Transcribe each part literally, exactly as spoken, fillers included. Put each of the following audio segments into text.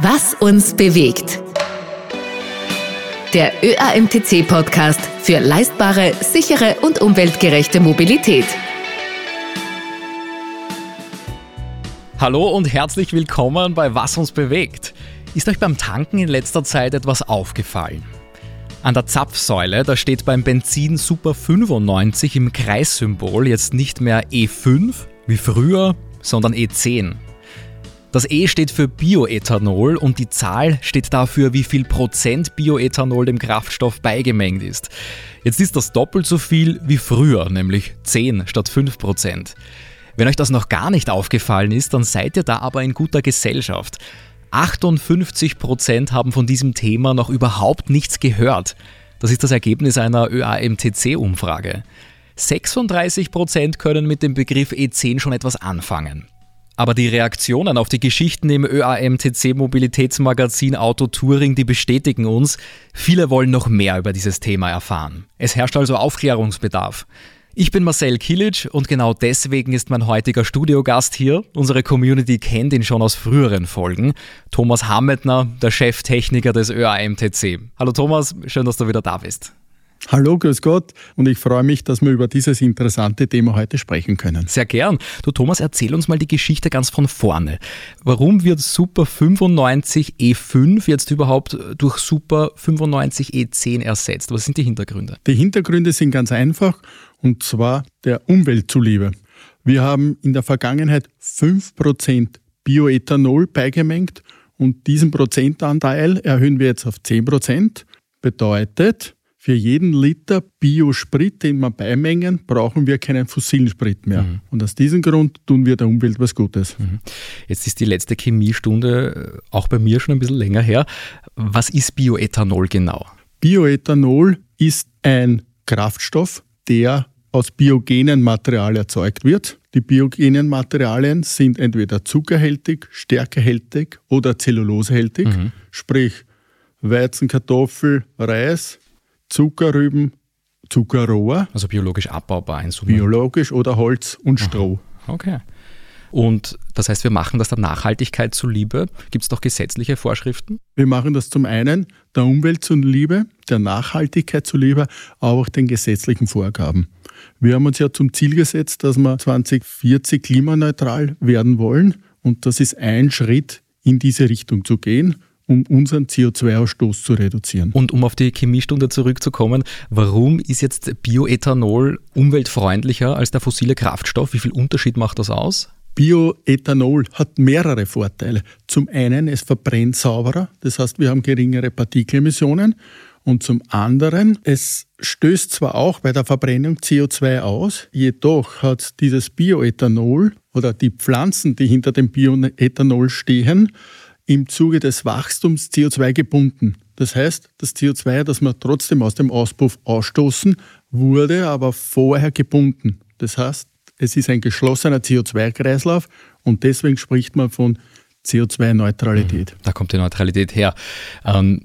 Was uns bewegt. Der Ö A M T C-Podcast für leistbare, sichere und umweltgerechte Mobilität. Hallo und herzlich willkommen bei Was uns bewegt. Ist euch beim Tanken in letzter Zeit etwas aufgefallen? An der Zapfsäule, da steht beim Benzin Super fünfundneunzig im Kreissymbol jetzt nicht mehr E fünf wie früher, sondern E zehn. Das E steht für Bioethanol und die Zahl steht dafür, wie viel Prozent Bioethanol dem Kraftstoff beigemengt ist. Jetzt ist das doppelt so viel wie früher, nämlich zehn statt fünf Prozent. Wenn euch das noch gar nicht aufgefallen ist, dann seid ihr da aber in guter Gesellschaft. achtundfünfzig Prozent haben von diesem Thema noch überhaupt nichts gehört. Das ist das Ergebnis einer Ö A M T C-Umfrage. sechsunddreißig Prozent können mit dem Begriff E zehn schon etwas anfangen. Aber die Reaktionen auf die Geschichten im Ö A M T C-Mobilitätsmagazin Auto Touring, die bestätigen uns, viele wollen noch mehr über dieses Thema erfahren. Es herrscht also Aufklärungsbedarf. Ich bin Marcel Kilic und genau deswegen ist mein heutiger Studiogast hier. Unsere Community kennt ihn schon aus früheren Folgen. Thomas Hametner, der Cheftechniker des Ö A M T C. Hallo Thomas, schön, dass du wieder da bist. Hallo, grüß Gott, und ich freue mich, dass wir über dieses interessante Thema heute sprechen können. Sehr gern. Du Thomas, erzähl uns mal die Geschichte ganz von vorne. Warum wird Super fünfundneunzig E fünf jetzt überhaupt durch Super fünfundneunzig E zehn ersetzt? Was sind die Hintergründe? Die Hintergründe sind ganz einfach, und zwar der Umwelt zuliebe. Wir haben in der Vergangenheit fünf Prozent Bioethanol beigemengt und diesen Prozentanteil erhöhen wir jetzt auf zehn Prozent. Bedeutet, für jeden Liter Biosprit, den wir beimengen, brauchen wir keinen fossilen Sprit mehr. Mhm. Und aus diesem Grund tun wir der Umwelt was Gutes. Mhm. Jetzt ist die letzte Chemiestunde auch bei mir schon ein bisschen länger her. Was ist Bioethanol genau? Bioethanol ist ein Kraftstoff, der aus biogenen Materialien erzeugt wird. Die biogenen Materialien sind entweder zuckerhältig, stärkehältig oder zellulosehältig, mhm. sprich Weizen, Kartoffel, Reis, Zuckerrüben, Zuckerrohr. Also biologisch abbaubar in Summe. Biologisch oder Holz und Stroh. Aha. Okay. Und das heißt, wir machen das der Nachhaltigkeit zuliebe. Gibt es doch gesetzliche Vorschriften? Wir machen das zum einen der Umwelt zuliebe, der Nachhaltigkeit zuliebe, aber auch den gesetzlichen Vorgaben. Wir haben uns ja zum Ziel gesetzt, dass wir zwanzig vierzig klimaneutral werden wollen. Und das ist ein Schritt, in diese Richtung zu gehen, um unseren C O zwei Ausstoß zu reduzieren. Und um auf die Chemiestunde zurückzukommen, warum ist jetzt Bioethanol umweltfreundlicher als der fossile Kraftstoff? Wie viel Unterschied macht das aus? Bioethanol hat mehrere Vorteile. Zum einen, es verbrennt sauberer, das heißt, wir haben geringere Partikelemissionen. Und zum anderen, es stößt zwar auch bei der Verbrennung C O zwei aus, jedoch hat dieses Bioethanol oder die Pflanzen, die hinter dem Bioethanol stehen, im Zuge des Wachstums C O zwei gebunden. Das heißt, das C O zwei, das wir trotzdem aus dem Auspuff ausstoßen, wurde aber vorher gebunden. Das heißt, es ist ein geschlossener C O zwei Kreislauf und deswegen spricht man von C O zwei Neutralität. Da kommt die Neutralität her. Ähm,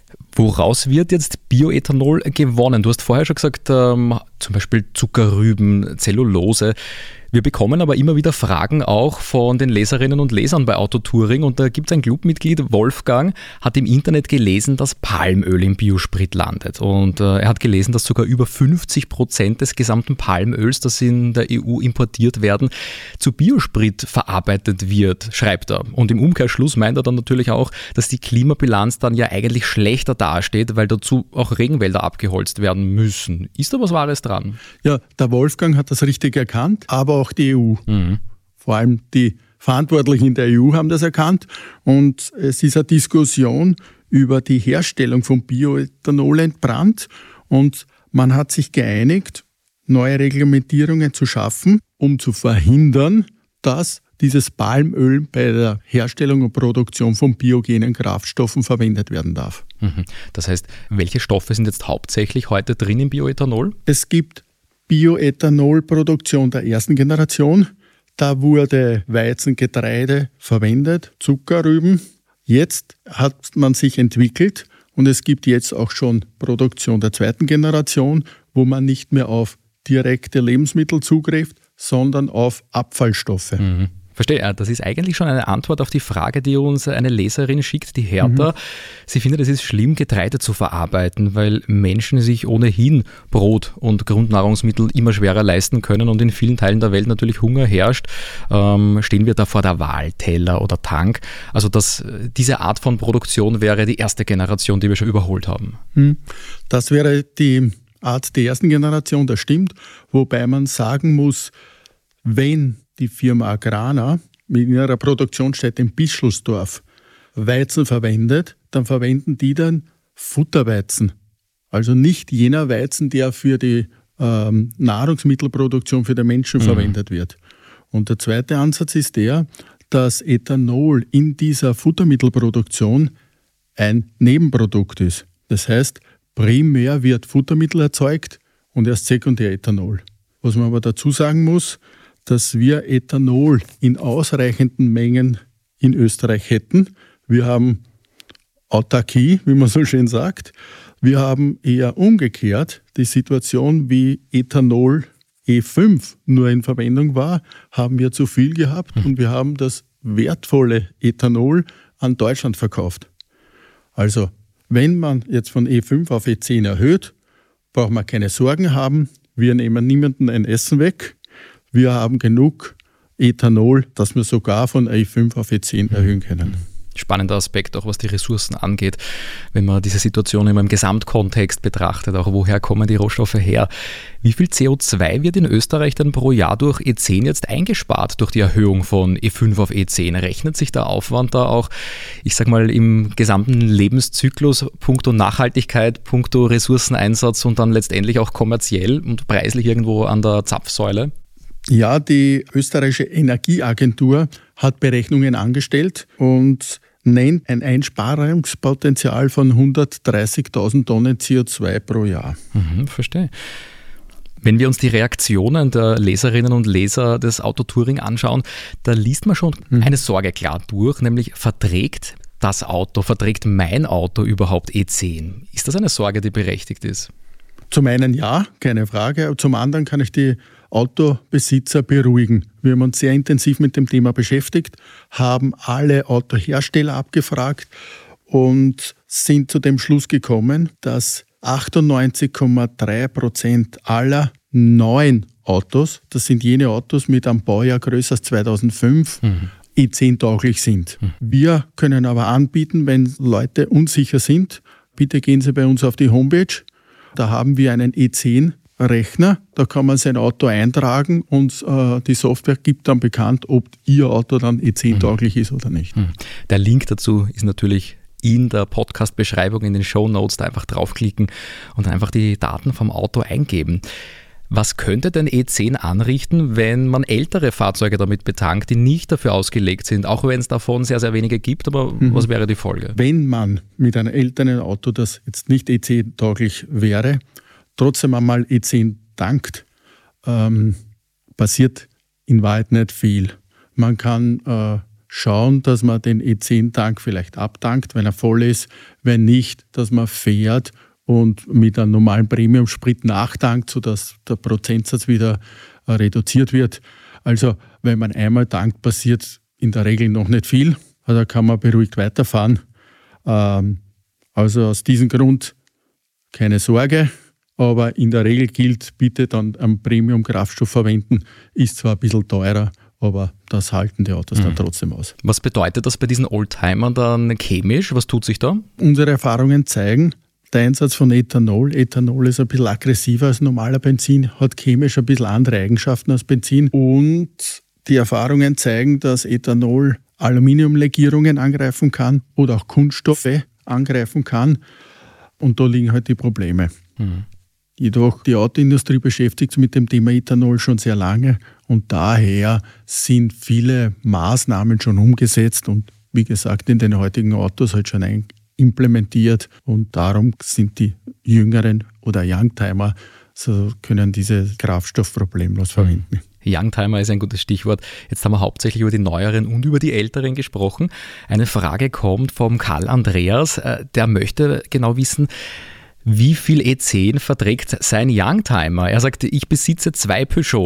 woraus wird jetzt Bioethanol gewonnen? Du hast vorher schon gesagt, ähm, zum Beispiel Zuckerrüben, Zellulose. Wir bekommen aber immer wieder Fragen auch von den Leserinnen und Lesern bei Auto Touring und da gibt es ein Clubmitglied, Wolfgang, hat im Internet gelesen, dass Palmöl im Biosprit landet und äh, er hat gelesen, dass sogar über fünfzig Prozent des gesamten Palmöls, das in der E U importiert werden, zu Biosprit verarbeitet wird, schreibt er. Und im Umkehrschluss meint er dann natürlich auch, dass die Klimabilanz dann ja eigentlich schlechter dasteht, weil dazu auch Regenwälder abgeholzt werden müssen. Ist da was Wahres dran? Ja, der Wolfgang hat das richtig erkannt, aber auch die E U. Mhm. Vor allem die Verantwortlichen in der E U haben das erkannt und es ist eine Diskussion über die Herstellung von Bioethanol entbrannt und man hat sich geeinigt, neue Reglementierungen zu schaffen, um zu verhindern, dass dieses Palmöl bei der Herstellung und Produktion von biogenen Kraftstoffen verwendet werden darf. Mhm. Das heißt, welche Stoffe sind jetzt hauptsächlich heute drin im Bioethanol? Es gibt Bioethanolproduktion der ersten Generation. Da wurde Weizen, Getreide verwendet, Zuckerrüben. Jetzt hat man sich entwickelt und es gibt jetzt auch schon Produktion der zweiten Generation, wo man nicht mehr auf direkte Lebensmittel zugreift, sondern auf Abfallstoffe. Mhm. Verstehe, das ist eigentlich schon eine Antwort auf die Frage, die uns eine Leserin schickt, die Hertha. Mhm. Sie findet, es ist schlimm, Getreide zu verarbeiten, weil Menschen sich ohnehin Brot und Grundnahrungsmittel immer schwerer leisten können und in vielen Teilen der Welt natürlich Hunger herrscht. Ähm, stehen wir da vor der Wahl, Teller oder Tank? Also das, diese Art von Produktion wäre die erste Generation, die wir schon überholt haben. Das wäre die Art der ersten Generation, das stimmt. Wobei man sagen muss, wenn die Firma Agrana mit ihrer Produktionsstätte in Bischelsdorf Weizen verwendet, dann verwenden die dann Futterweizen. Also nicht jener Weizen, der für die ähm, Nahrungsmittelproduktion für den Menschen mhm. verwendet wird. Und der zweite Ansatz ist der, dass Ethanol in dieser Futtermittelproduktion ein Nebenprodukt ist. Das heißt, primär wird Futtermittel erzeugt und erst sekundär Ethanol. Was man aber dazu sagen muss, dass wir Ethanol in ausreichenden Mengen in Österreich hätten. Wir haben Autarkie, wie man so schön sagt. Wir haben eher umgekehrt die Situation, wie Ethanol E fünf nur in Verwendung war, haben wir zu viel gehabt und wir haben das wertvolle Ethanol an Deutschland verkauft. Also, wenn man jetzt von E fünf auf E zehn erhöht, braucht man keine Sorgen haben. Wir nehmen niemandem ein Essen weg. Wir haben genug Ethanol, dass wir sogar von E fünf auf E zehn erhöhen können. Spannender Aspekt, auch was die Ressourcen angeht, wenn man diese Situation immer im Gesamtkontext betrachtet, auch woher kommen die Rohstoffe her. Wie viel C O zwei wird in Österreich denn pro Jahr durch E zehn jetzt eingespart, durch die Erhöhung von E fünf auf E zehn? Rechnet sich der Aufwand da auch, ich sag mal, im gesamten Lebenszyklus punkto Nachhaltigkeit, punkto Ressourceneinsatz und dann letztendlich auch kommerziell und preislich irgendwo an der Zapfsäule? Ja, die österreichische Energieagentur hat Berechnungen angestellt und nennt ein Einsparungspotenzial von hundertdreißigtausend Tonnen C O zwei pro Jahr. Mhm, verstehe. Wenn wir uns die Reaktionen der Leserinnen und Leser des Autotouring anschauen, da liest man schon mhm. eine Sorge klar durch, nämlich verträgt das Auto, verträgt mein Auto überhaupt E zehn? Ist das eine Sorge, die berechtigt ist? Zum einen ja, keine Frage. Zum anderen kann ich die Autobesitzer beruhigen. Wir haben uns sehr intensiv mit dem Thema beschäftigt, haben alle Autohersteller abgefragt und sind zu dem Schluss gekommen, dass achtundneunzig Komma drei Prozent aller neuen Autos, das sind jene Autos mit einem Baujahr größer als zweitausendfünf, mhm. E zehn tauglich sind. Mhm. Wir können aber anbieten, wenn Leute unsicher sind, bitte gehen Sie bei uns auf die Homepage. Da haben wir einen E zehn Rechner, da kann man sein Auto eintragen und äh, die Software gibt dann bekannt, ob Ihr Auto dann E zehn tauglich mhm. ist oder nicht. Der Link dazu ist natürlich in der Podcast-Beschreibung, in den Shownotes, da einfach draufklicken und einfach die Daten vom Auto eingeben. Was könnte denn E zehn anrichten, wenn man ältere Fahrzeuge damit betankt, die nicht dafür ausgelegt sind, auch wenn es davon sehr, sehr wenige gibt, aber mhm. was wäre die Folge? Wenn man mit einem älteren Auto, das jetzt nicht E zehn tauglich wäre, trotzdem einmal E zehn tankt, ähm, passiert in Wahrheit nicht viel. Man kann äh, schauen, dass man den E zehn Tank vielleicht abtankt, wenn er voll ist, wenn nicht, dass man fährt und mit einem normalen Premium-Sprit nachtankt, sodass der Prozentsatz wieder äh, reduziert wird. Also wenn man einmal tankt, passiert in der Regel noch nicht viel. Also kann man beruhigt weiterfahren. Ähm, also aus diesem Grund keine Sorge. Aber in der Regel gilt, bitte dann einen Premium-Kraftstoff verwenden. Ist zwar ein bisschen teurer, aber das halten die Autos mhm. dann trotzdem aus. Was bedeutet das bei diesen Oldtimern dann chemisch? Was tut sich da? Unsere Erfahrungen zeigen, der Einsatz von Ethanol, Ethanol ist ein bisschen aggressiver als normaler Benzin, hat chemisch ein bisschen andere Eigenschaften als Benzin. Und die Erfahrungen zeigen, dass Ethanol Aluminiumlegierungen angreifen kann oder auch Kunststoffe angreifen kann. Und da liegen halt die Probleme. Mhm. Jedoch die Autoindustrie beschäftigt sich mit dem Thema Ethanol schon sehr lange und daher sind viele Maßnahmen schon umgesetzt und wie gesagt in den heutigen Autos halt schon implementiert und darum sind die Jüngeren oder Youngtimer, so können diese Kraftstoff problemlos verwenden. Youngtimer ist ein gutes Stichwort. Jetzt haben wir hauptsächlich über die Neueren und über die Älteren gesprochen. Eine Frage kommt vom Karl Andreas, der möchte genau wissen, wie viel E zehn verträgt sein Youngtimer? Er sagt, ich besitze zwei Peugeot.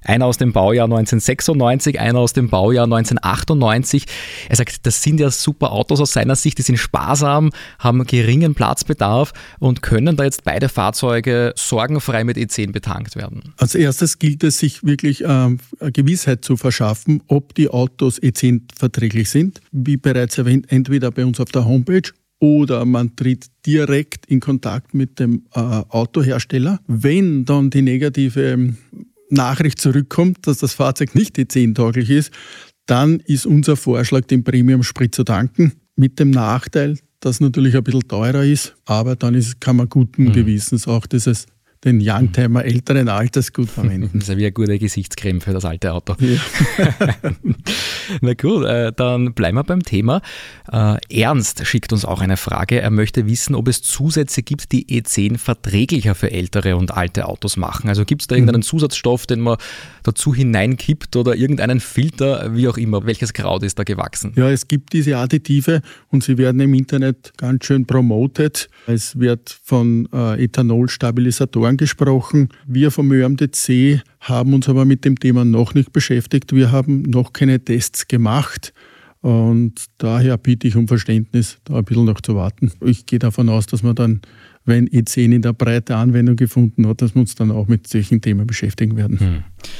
Einer aus dem Baujahr neunzehnhundertsechsundneunzig, einer aus dem Baujahr neunzehnhundertachtundneunzig. Er sagt, das sind ja super Autos aus seiner Sicht, die sind sparsam, haben geringen Platzbedarf und können da jetzt beide Fahrzeuge sorgenfrei mit E zehn betankt werden. Als erstes gilt es, sich wirklich ähm, eine Gewissheit zu verschaffen, ob die Autos E zehn verträglich sind. Wie bereits erwähnt, entweder bei uns auf der Homepage oder man tritt direkt in Kontakt mit dem äh, Autohersteller. Wenn dann die negative Nachricht zurückkommt, dass das Fahrzeug nicht E zehn-tauglich ist, dann ist unser Vorschlag, den Premium-Sprit zu tanken, mit dem Nachteil, dass es natürlich ein bisschen teurer ist, aber dann ist, kann man guten mhm. Gewissens auch dieses den Youngtimer älteren Alters gut verwenden. Das ist ja wie eine gute Gesichtscreme für das alte Auto. Ja. Na gut, äh, dann bleiben wir beim Thema. Äh, Ernst schickt uns auch eine Frage. Er möchte wissen, ob es Zusätze gibt, die E zehn verträglicher für ältere und alte Autos machen. Also gibt es da irgendeinen Zusatzstoff, den man dazu hineinkippt oder irgendeinen Filter, wie auch immer? Welches Kraut ist da gewachsen? Ja, es gibt diese Additive und sie werden im Internet ganz schön promoted. Es wird von äh, Ethanolstabilisatoren gesprochen. Wir vom Ö M D C haben uns aber mit dem Thema noch nicht beschäftigt. Wir haben noch keine Tests gemacht und daher bitte ich um Verständnis, da ein bisschen noch zu warten. Ich gehe davon aus, dass man dann, wenn E zehn in der breite Anwendung gefunden hat, dass wir uns dann auch mit solchen Themen beschäftigen werden. Hm.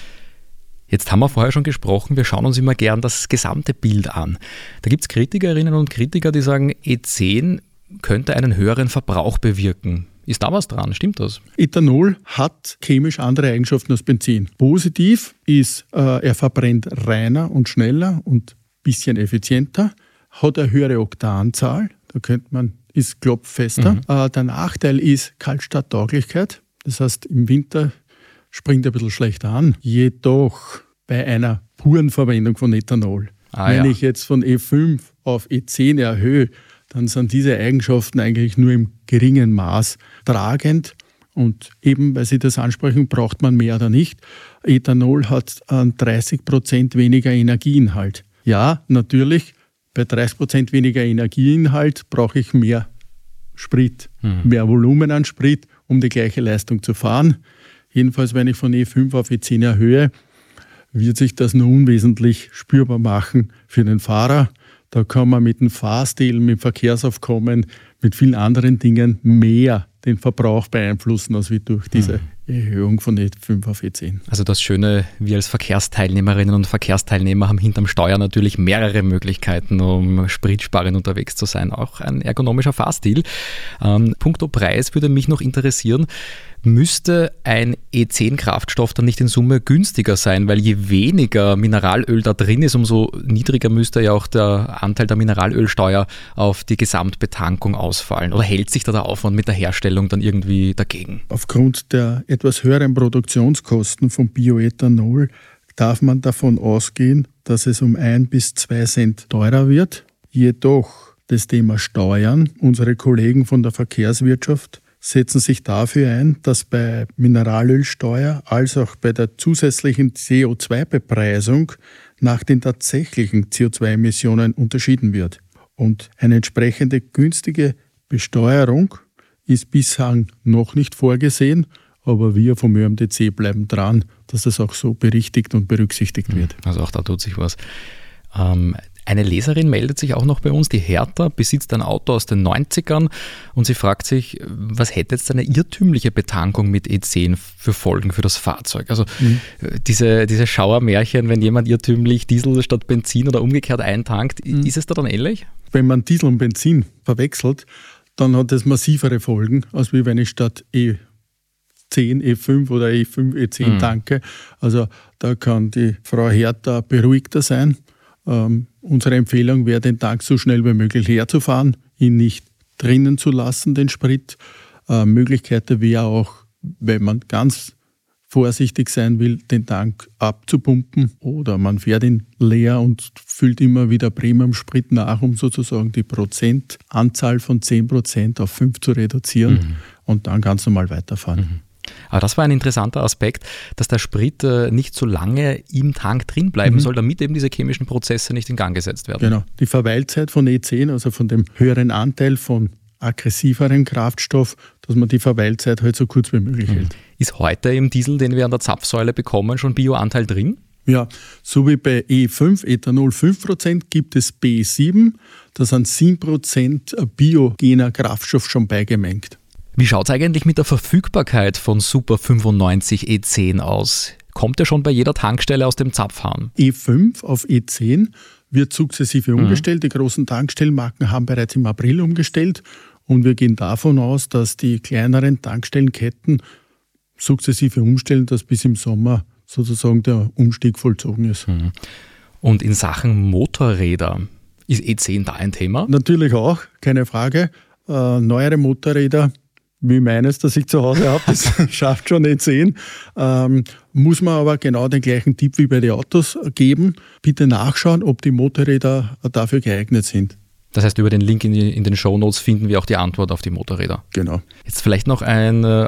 Jetzt haben wir vorher schon gesprochen, wir schauen uns immer gern das gesamte Bild an. Da gibt es Kritikerinnen und Kritiker, die sagen, E zehn könnte einen höheren Verbrauch bewirken. Ist da was dran? Stimmt das? Ethanol hat chemisch andere Eigenschaften als Benzin. Positiv ist, äh, er verbrennt reiner und schneller und ein bisschen effizienter, hat eine höhere Oktanzahl, da könnte man, ist klopffester. Mhm. Äh, der Nachteil ist Kaltstarttauglichkeit, das heißt im Winter springt er ein bisschen schlechter an. Jedoch bei einer puren Verwendung von Ethanol, ah, wenn ja. ich jetzt von E fünf auf E zehn erhöhe, dann sind diese Eigenschaften eigentlich nur im geringen Maß tragend. Und eben, weil Sie das ansprechen, braucht man mehr oder nicht. Ethanol hat dreißig Prozent weniger Energieinhalt. Ja, natürlich, bei dreißig Prozent weniger Energieinhalt brauche ich mehr Sprit, mhm. mehr Volumen an Sprit, um die gleiche Leistung zu fahren. Jedenfalls, wenn ich von E fünf auf E zehn erhöhe, wird sich das nur unwesentlich spürbar machen für den Fahrer. Da kann man mit dem Fahrstil, mit dem Verkehrsaufkommen, mit vielen anderen Dingen mehr den Verbrauch beeinflussen, als wie durch diese Erhöhung von E fünf auf E zehn. Also das Schöne, wir als Verkehrsteilnehmerinnen und Verkehrsteilnehmer haben hinterm Steuer natürlich mehrere Möglichkeiten, um spritsparend unterwegs zu sein. Auch ein ergonomischer Fahrstil. Ähm, punkto Preis würde mich noch interessieren, müsste ein E zehn Kraftstoff dann nicht in Summe günstiger sein, weil je weniger Mineralöl da drin ist, umso niedriger müsste ja auch der Anteil der Mineralölsteuer auf die Gesamtbetankung ausfallen. Oder hält sich da der Aufwand mit der Herstellung dann irgendwie dagegen? Aufgrund der etwas höheren Produktionskosten von Bioethanol darf man davon ausgehen, dass es um ein bis zwei Cent teurer wird. Jedoch das Thema Steuern, unsere Kollegen von der Verkehrswirtschaft setzen sich dafür ein, dass bei Mineralölsteuer als auch bei der zusätzlichen C O zwei Bepreisung nach den tatsächlichen C O zwei Emissionen unterschieden wird. Und eine entsprechende günstige Besteuerung ist bislang noch nicht vorgesehen, aber wir vom Ö M D C bleiben dran, dass das auch so berichtigt und berücksichtigt wird. Also auch da tut sich was. Ähm, Eine Leserin meldet sich auch noch bei uns, die Hertha besitzt ein Auto aus den neunzigern und sie fragt sich, was hätte jetzt eine irrtümliche Betankung mit E zehn für Folgen für das Fahrzeug? Also mhm. diese, diese Schauermärchen, wenn jemand irrtümlich Diesel statt Benzin oder umgekehrt eintankt, mhm. ist es da dann ähnlich? Wenn man Diesel und Benzin verwechselt, dann hat das massivere Folgen, als wie wenn ich statt E zehn, E fünf oder E fünf, E zehn mhm. tanke. Also da kann die Frau Hertha beruhigter sein. Ähm, unsere Empfehlung wäre, den Tank so schnell wie möglich leer zu fahren, ihn nicht drinnen zu lassen, den Sprit. Äh, Möglichkeit wäre auch, wenn man ganz vorsichtig sein will, den Tank abzupumpen oder man fährt ihn leer und füllt immer wieder Premium-Sprit nach, um sozusagen die Prozentanzahl von zehn Prozent auf fünf zu reduzieren mhm. und dann ganz normal weiterfahren. Mhm. Aber das war ein interessanter Aspekt, dass der Sprit äh, nicht so lange im Tank drin bleiben mhm. soll, damit eben diese chemischen Prozesse nicht in Gang gesetzt werden. Genau. Die Verweilzeit von E zehn, also von dem höheren Anteil von aggressiveren Kraftstoff, dass man die Verweilzeit halt so kurz wie möglich mhm. hält. Ist heute im Diesel, den wir an der Zapfsäule bekommen, schon Bioanteil drin? Ja, so wie bei E fünf, Ethanol fünf Prozent, gibt es B sieben, da sind sieben Prozent biogener Kraftstoff schon beigemengt. Wie schaut es eigentlich mit der Verfügbarkeit von Super fünfundneunzig E zehn aus? Kommt der schon bei jeder Tankstelle aus dem Zapfhahn? E fünf auf E zehn wird sukzessive umgestellt. Mhm. Die großen Tankstellenmarken haben bereits im April umgestellt und wir gehen davon aus, dass die kleineren Tankstellenketten sukzessive umstellen, dass bis im Sommer sozusagen der Umstieg vollzogen ist. Mhm. Und in Sachen Motorräder, ist E zehn da ein Thema? Natürlich auch, keine Frage. Äh, neuere Motorräder, wie meines, das ich zu Hause habe, das schafft schon E zehn. Ähm, muss man aber genau den gleichen Tipp wie bei den Autos geben. Bitte nachschauen, ob die Motorräder dafür geeignet sind. Das heißt, über den Link in, die, in den Shownotes finden wir auch die Antwort auf die Motorräder. Genau. Jetzt vielleicht noch ein äh,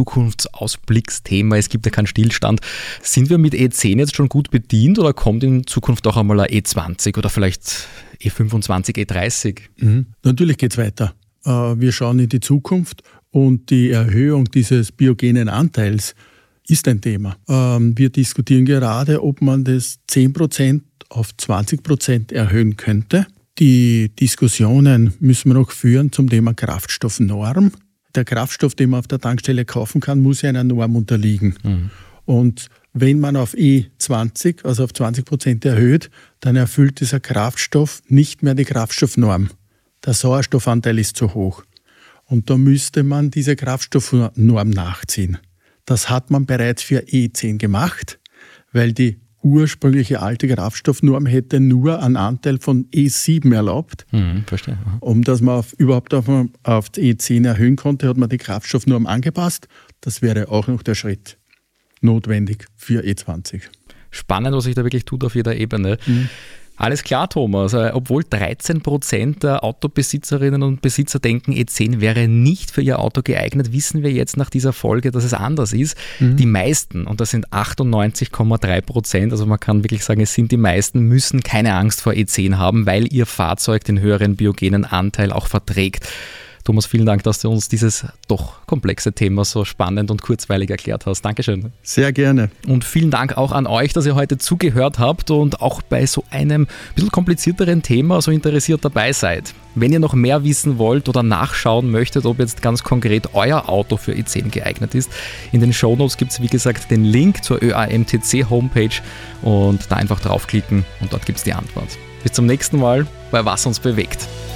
Zukunftsausblicksthema. Es gibt ja keinen Stillstand. Sind wir mit E zehn jetzt schon gut bedient oder kommt in Zukunft auch einmal ein E zwanzig oder vielleicht E fünfundzwanzig, E dreißig? Mhm. Natürlich geht es weiter. Äh, wir schauen in die Zukunft und die Erhöhung dieses biogenen Anteils ist ein Thema. Ähm, wir diskutieren gerade, ob man das zehn Prozent auf zwanzig Prozent erhöhen könnte. Die Diskussionen müssen wir noch führen zum Thema Kraftstoffnorm. Der Kraftstoff, den man auf der Tankstelle kaufen kann, muss ja einer Norm unterliegen. Mhm. Und wenn man auf E zwanzig, also auf zwanzig Prozent erhöht, dann erfüllt dieser Kraftstoff nicht mehr die Kraftstoffnorm. Der Sauerstoffanteil ist zu hoch. Und da müsste man diese Kraftstoffnorm nachziehen. Das hat man bereits für E zehn gemacht, weil die ursprüngliche alte Kraftstoffnorm hätte nur einen Anteil von E sieben erlaubt. Mhm, verstehe. Aha. Um dass man auf, überhaupt auf, auf E zehn erhöhen konnte, hat man die Kraftstoffnorm angepasst. Das wäre auch noch der Schritt notwendig für E zwanzig. Spannend, was sich da wirklich tut auf jeder Ebene. Mhm. Alles klar, Thomas. Obwohl dreizehn Prozent der Autobesitzerinnen und Besitzer denken, E zehn wäre nicht für ihr Auto geeignet, wissen wir jetzt nach dieser Folge, dass es anders ist. Mhm. Die meisten, und das sind achtundneunzig Komma drei Prozent, also man kann wirklich sagen, es sind die meisten, müssen keine Angst vor E zehn haben, weil ihr Fahrzeug den höheren biogenen Anteil auch verträgt. Thomas, vielen Dank, dass du uns dieses doch komplexe Thema so spannend und kurzweilig erklärt hast. Dankeschön. Sehr gerne. Und vielen Dank auch an euch, dass ihr heute zugehört habt und auch bei so einem bisschen komplizierteren Thema so interessiert dabei seid. Wenn ihr noch mehr wissen wollt oder nachschauen möchtet, ob jetzt ganz konkret euer Auto für E zehn geeignet ist, in den Shownotes gibt es wie gesagt den Link zur Ö A M T C Homepage und da einfach draufklicken und dort gibt es die Antwort. Bis zum nächsten Mal bei Was uns bewegt.